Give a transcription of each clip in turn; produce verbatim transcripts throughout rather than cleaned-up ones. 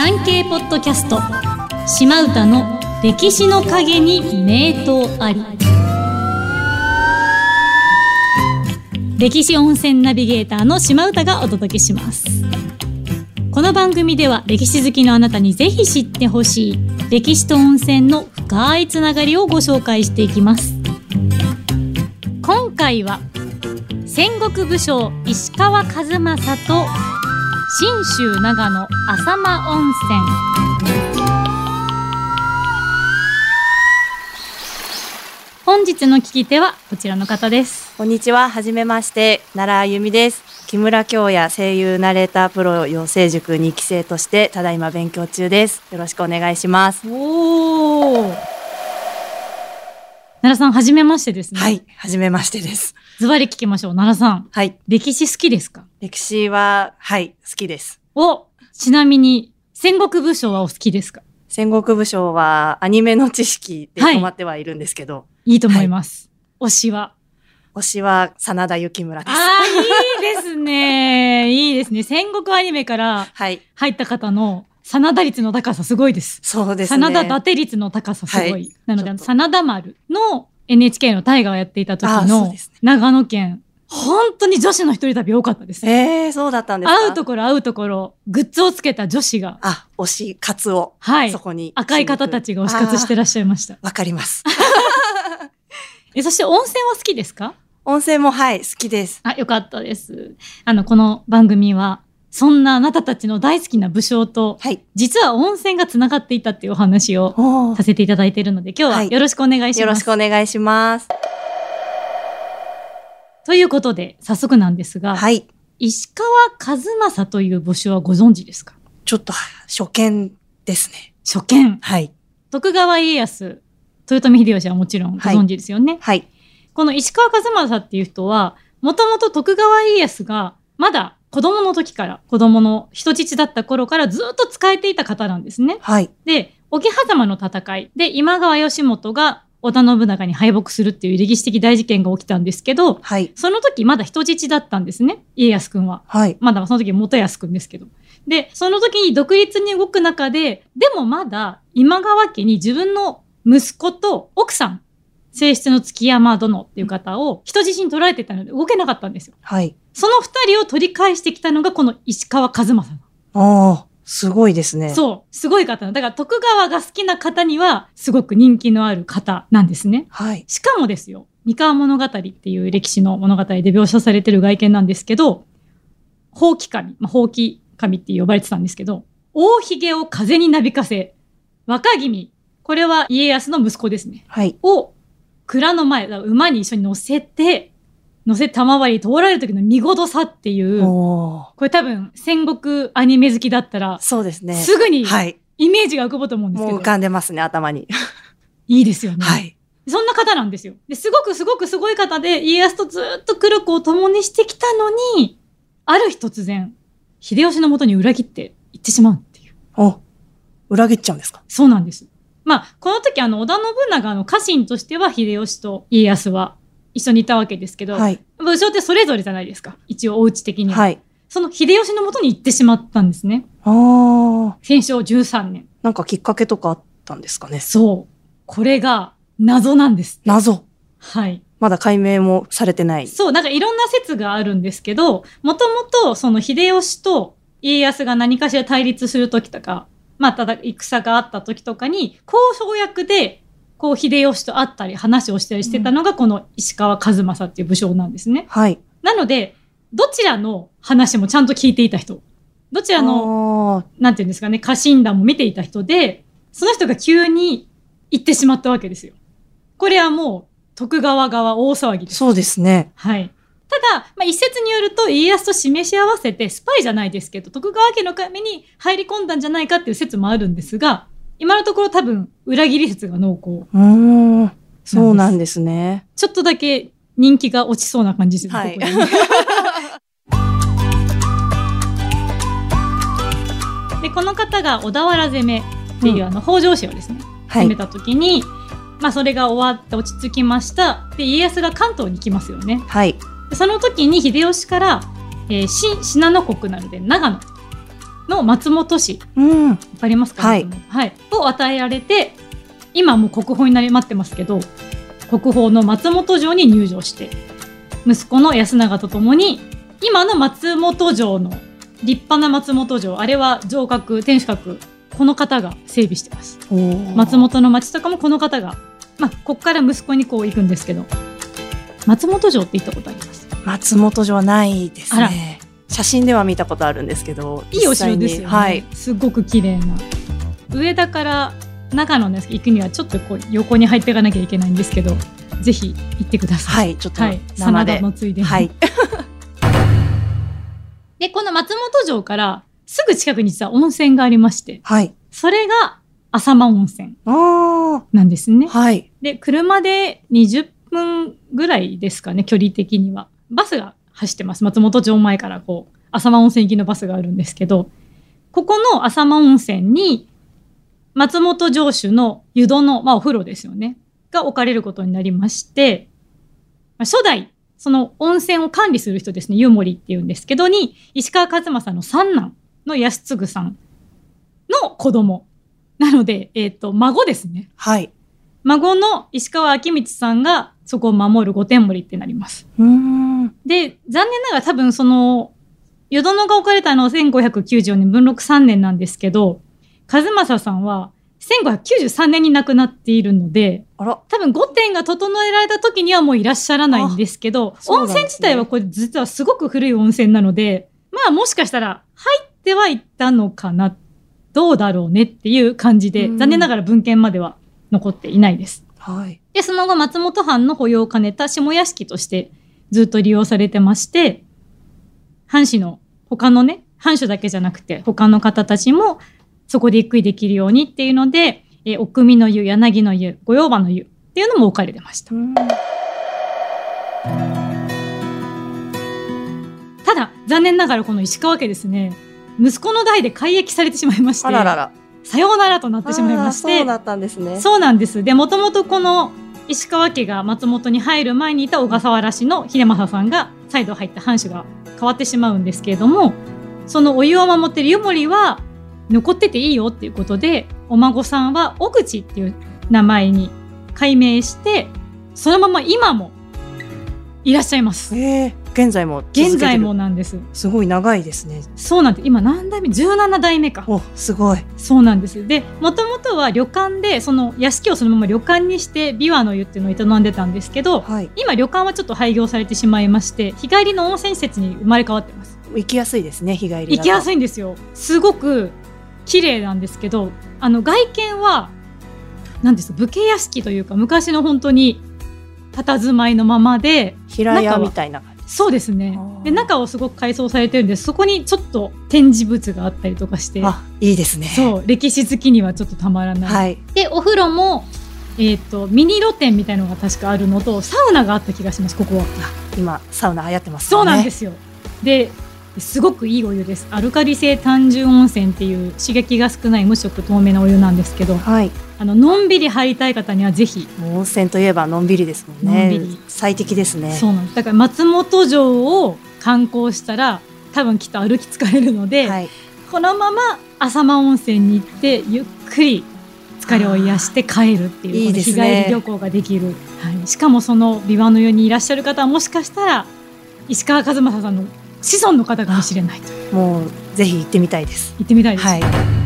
産経ポッドキャスト島唄の歴史の陰に名刀あり。歴史温泉ナビゲーターの島唄がお届けします。この番組では歴史好きのあなたにぜひ知ってほしい歴史と温泉の深いつながりをご紹介していきます。今回は戦国武将石川数正と信州長野浅間温泉。本日の聞き手はこちらの方です。 こんにちは、はじめまして、奈良あゆみです。木村京也声優ナレータープロ養成塾にき生としてただいま勉強中です。よろしくお願いします。 おー、奈良さんはじめましてですね。 はい、はじめましてです。 ズバリ聞きましょう。奈良さん、 はい、 歴史好きですか？ 歴史ははい好きです。 お、ちなみに戦国武将はお好きですか？戦国武将はアニメの知識で止まってはいるんですけど、はい、 いいと思います、はい、推しは推しは真田幸村です。 あー、いいですねいいですね。戦国アニメから入った方の真田率の高さすごいです。 そうですね。 真田伊達率の高さすごい、はい、なので真田丸の エヌエイチケー の大河をやっていた時の長野県、本当に女子の一人旅多かったです。 えー、そうだったんですか？ 会うところ会うところグッズをつけた女子が、 あ、推し活を、 はい、 そこに赤い方たちが推し活してらっしゃいました。 わかりますえ、そして温泉は好きですか？ 温泉もはい好きです。 あ、よかったです。あのこの番組はそんなあなたたちの大好きな武将と、はい、実は温泉がつながっていたっていうお話をさせていただいているので、今日はよろしくお願いします。はい、 よろしくお願いします。 ということで早速なんですが、はい、石川数正という武将はご存知ですか？ ちょっと初見ですね。 初見。 はい。 徳川家康、豊臣秀吉はもちろんご存知ですよね。はい。はい、この石川数正っていう人は、もともと徳川家康がまだ子供の時から、子供の人質だった頃からずっと仕えていた方なんですね。はい。で、桶狭間の戦いで今川義元が織田信長に敗北するっていう歴史的大事件が起きたんですけど、はい、その時まだ人質だったんですね、家康くんは。はい、まだその時元康くんですけど。で、その時に独立に動く中で、でもまだ今川家に自分の息子と奥さん、正室の築山殿っていう方を人質に取られてたので動けなかったんですよ。はい、その二人を取り返してきたのがこの石川数正。 ああ。すごいですね。 そう。すごい方。だから徳川が好きな方にはすごく人気のある方なんですね。はい。しかもですよ、三河物語っていう歴史の物語で描写されてる外見なんですけど、ほうき神、まあ、ほうき神って呼ばれてたんですけど、大髭を風になびかせ、若君、これは家康の息子ですね。はい。を蔵の前、馬に一緒に乗せて、乗せ玉割り通られる時の見事さっていう、これ多分戦国アニメ好きだったら、そうですね。すぐにイメージが浮かぶと思うんですけど。 もう浮かんでますね、頭に。 いいですよね。はい。そんな方なんですよ。ですごくすごくすごい方で、家康とずっと苦労を共にしてきたのに、ある日突然、秀吉のもとに裏切って行ってしまうっていう。 お、裏切っちゃうんですか？ そうなんです。まあ、この時あの、織田信長の家臣としては秀吉と家康は、一緒にいたわけですけど、はい、武将ってそれぞれじゃないですか。一応お家的には。はい、その秀吉のもとに行ってしまったんですね。ああ。戦勝じゅうさんねん。 なんかきっかけとかあったんですかね。 そう。これが謎なんです。 謎。 はい。 まだ解明もされてない。 そう、なんかいろんな説があるんですけど、もともとその秀吉と家康が何かしら対立するときとか、まあただ戦があったときとかに、交渉役でこう秀吉と会ったり話をしたりしてたのがこの石川数正っていう武将なんですね。はい。なのでどちらの話もちゃんと聞いていた人、どちらのなんていうんですかね、家臣団も見ていた人で、その人が急に行ってしまったわけですよ。これはもう徳川側大騒ぎです。 そうですね。 はい。ただ、まあ、一説によると家康と示し合わせてスパイじゃないですけど徳川家のために入り込んだんじゃないかっていう説もあるんですが、今のところ多分裏切り説が濃厚。うーん、そうなんですね。 ちょっとだけ人気が落ちそうな感じですね。はい、ここでこの方が小田原攻めっていう、うん、あの北条氏をですね、攻めた時に、はい、まあそれが終わって落ち着きました。で家康が関東に来ますよね。はい。でその時に秀吉から、えー、信濃国なので長野の松本氏、 うん、 わかりますか、 はいはい、を与えられて、今もう国宝になりまってますけど、国宝の松本城に入城して、息子の安永とともに今の松本城の立派な松本城、あれは城郭天守閣、この方が整備してます。松本の町とかもこの方が、まあ、ここから息子にこう行くんですけど、松本城って行ったことあります？ 松本城はないですね。写真では見たことあるんですけど、 いいお城ですよね、はい、すごく綺麗な。上田から長野に行くにはちょっとこう横に入っていかなきゃいけないんですけど、ぜひ行ってください。 はい、ちょっと生で、 真田のついでに、 はい、 でこの松本城からすぐ近くに実は温泉がありまして、 はい、 それが浅間温泉なんですね。 はい、 で車でにじゅっぷんぐらいですかね、距離的には。バスが走ってます。松本城前からこう浅間温泉行きのバスがあるんですけど、ここの浅間温泉に松本城主の湯戸の、まあ、お風呂ですよねが置かれることになりまして、初代その温泉を管理する人ですね、湯守っていうんですけどに、石川数正の三男の安次さんの子供なので、えっと、孫ですね。 はい。 孫の石川明光さんがそこを守る御殿守ってなります。 うーん。 で、残念ながら多分その、湯殿が置かれたのはせんごひゃくきゅうじゅうよねん、文禄さんねんなんですけど、数正さんはせんごひゃくきゅうじゅうさんねんに亡くなっているので、 あら、 多分御殿が整えられた時にはもういらっしゃらないんですけど、温泉自体はこれ実はすごく古い温泉なので、まあもしかしたら入ってはいったのかな、どうだろうねっていう感じで、残念ながら文献までは残っていないです。 はい。 で、その後松本藩の保養を兼ねた下屋敷としてずっと利用されてまして、藩士の他のね、藩主だけじゃなくて他の方たちもそこでゆっくりできるようにっていうので、え奥見の湯、柳の湯、御用場の湯っていうのも置かれてました。ただ残念ながらこの石川家ですね、息子の代で改易されてしまいまして、 あららら、 さようならとなってしまいまして。 そうだったんですね。 そうなんです。で、もともとこの石川家が松本に入る前にいた小笠原氏の秀政さんが再度入った藩主が変わってしまうんですけれども、そのお湯を守っている湯守は残ってていいよっていうことで、お孫さんは小口っていう名前に改名して、そのまま今もいらっしゃいます。 えー、現在も続けてる。 現在もなんです。 すごい長いですね。 そうなんです。今何代目？じゅうななだいめか。 お、すごい。 そうなんです。で、もともとは旅館で、その屋敷をそのまま旅館にして琵琶の湯っていうのを営んでたんですけど、はい、今旅館はちょっと廃業されてしまいまして、日帰りの温泉施設に生まれ変わってます。 行きやすいですね、日帰りだと。 行きやすいんですよ。すごく綺麗なんですけど、あの外見はなんです武家屋敷というか昔の本当に佇まいのままで、 平屋みたいな感じ。 そうですね。で、中をすごく改装されてるんです。そこにちょっと展示物があったりとかして、 あ、いいですね。 そう、歴史好きにはちょっとたまらない。 はい、 で、お風呂も、えーと、ミニ露天みたいなのが確かあるのと、サウナがあった気がします。ここは今サウナ流行ってますね。 そうなんですよ。ですごくいいお湯です。アルカリ性単純温泉っていう刺激が少ない無色透明なお湯なんですけど、はい、あののんびり入りたい方にはぜひ。 もう温泉といえばのんびりですもんね。のんびり最適ですね。 そうなんです。だから松本城を観光したら多分きっと歩き疲れるので、はい、このまま浅間温泉に行ってゆっくり疲れを癒して帰るっていう、いいですね、日帰り旅行ができる、はい、しかもその琵琶の湯にいらっしゃる方はもしかしたら石川数正さんの子孫の方かもしれないと。 もうぜひ行ってみたいです。 行ってみたいです、 はい、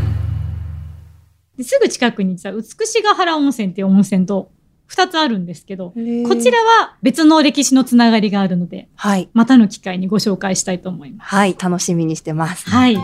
ですぐ近くに実は美しが原温泉っていう温泉とふたつあるんですけど、こちらは別の歴史のつながりがあるので、はい、またの機会にご紹介したいと思います。 はい、楽しみにしてます。 はい、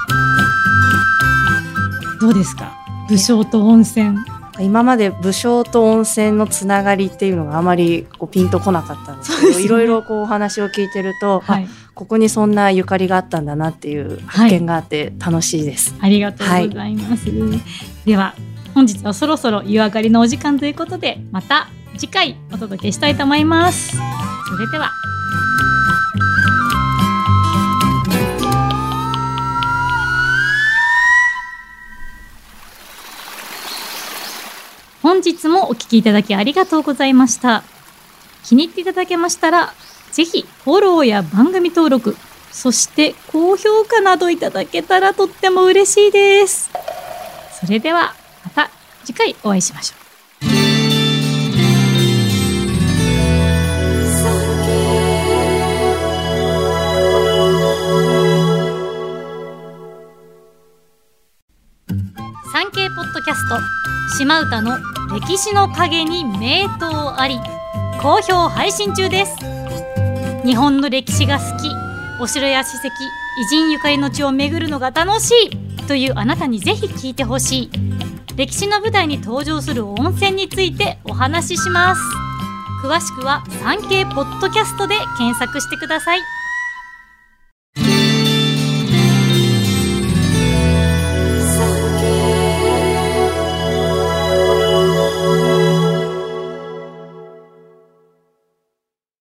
どうですか、武将と温泉。 今まで武将と温泉のつながりっていうのがあまりこうピンとこなかったんですけど、いろいろこうお話を聞いてると、はい、ここにそんなゆかりがあったんだなっていう発見があって楽しいです。 はい、ありがとうございます、はい、では本日はそろそろ湯上がりのお時間ということで、また次回お届けしたいと思います。それでは。本日もお聞きいただきありがとうございました。気に入っていただけましたら、ぜひフォローや番組登録、 そして高評価などいただけたらとっても嬉しいです。それではまた次回お会いしましょう。産経ポッドキャスト島唄の歴史の陰に名刀あり好評配信中です。日本の歴史が好き、お城や史跡、偉人ゆかりの地を巡るのが楽しいというあなたにぜひ聞いてほしい歴史の舞台に登場する温泉についてお話しします。詳しくは産経ポッドキャストで検索してください。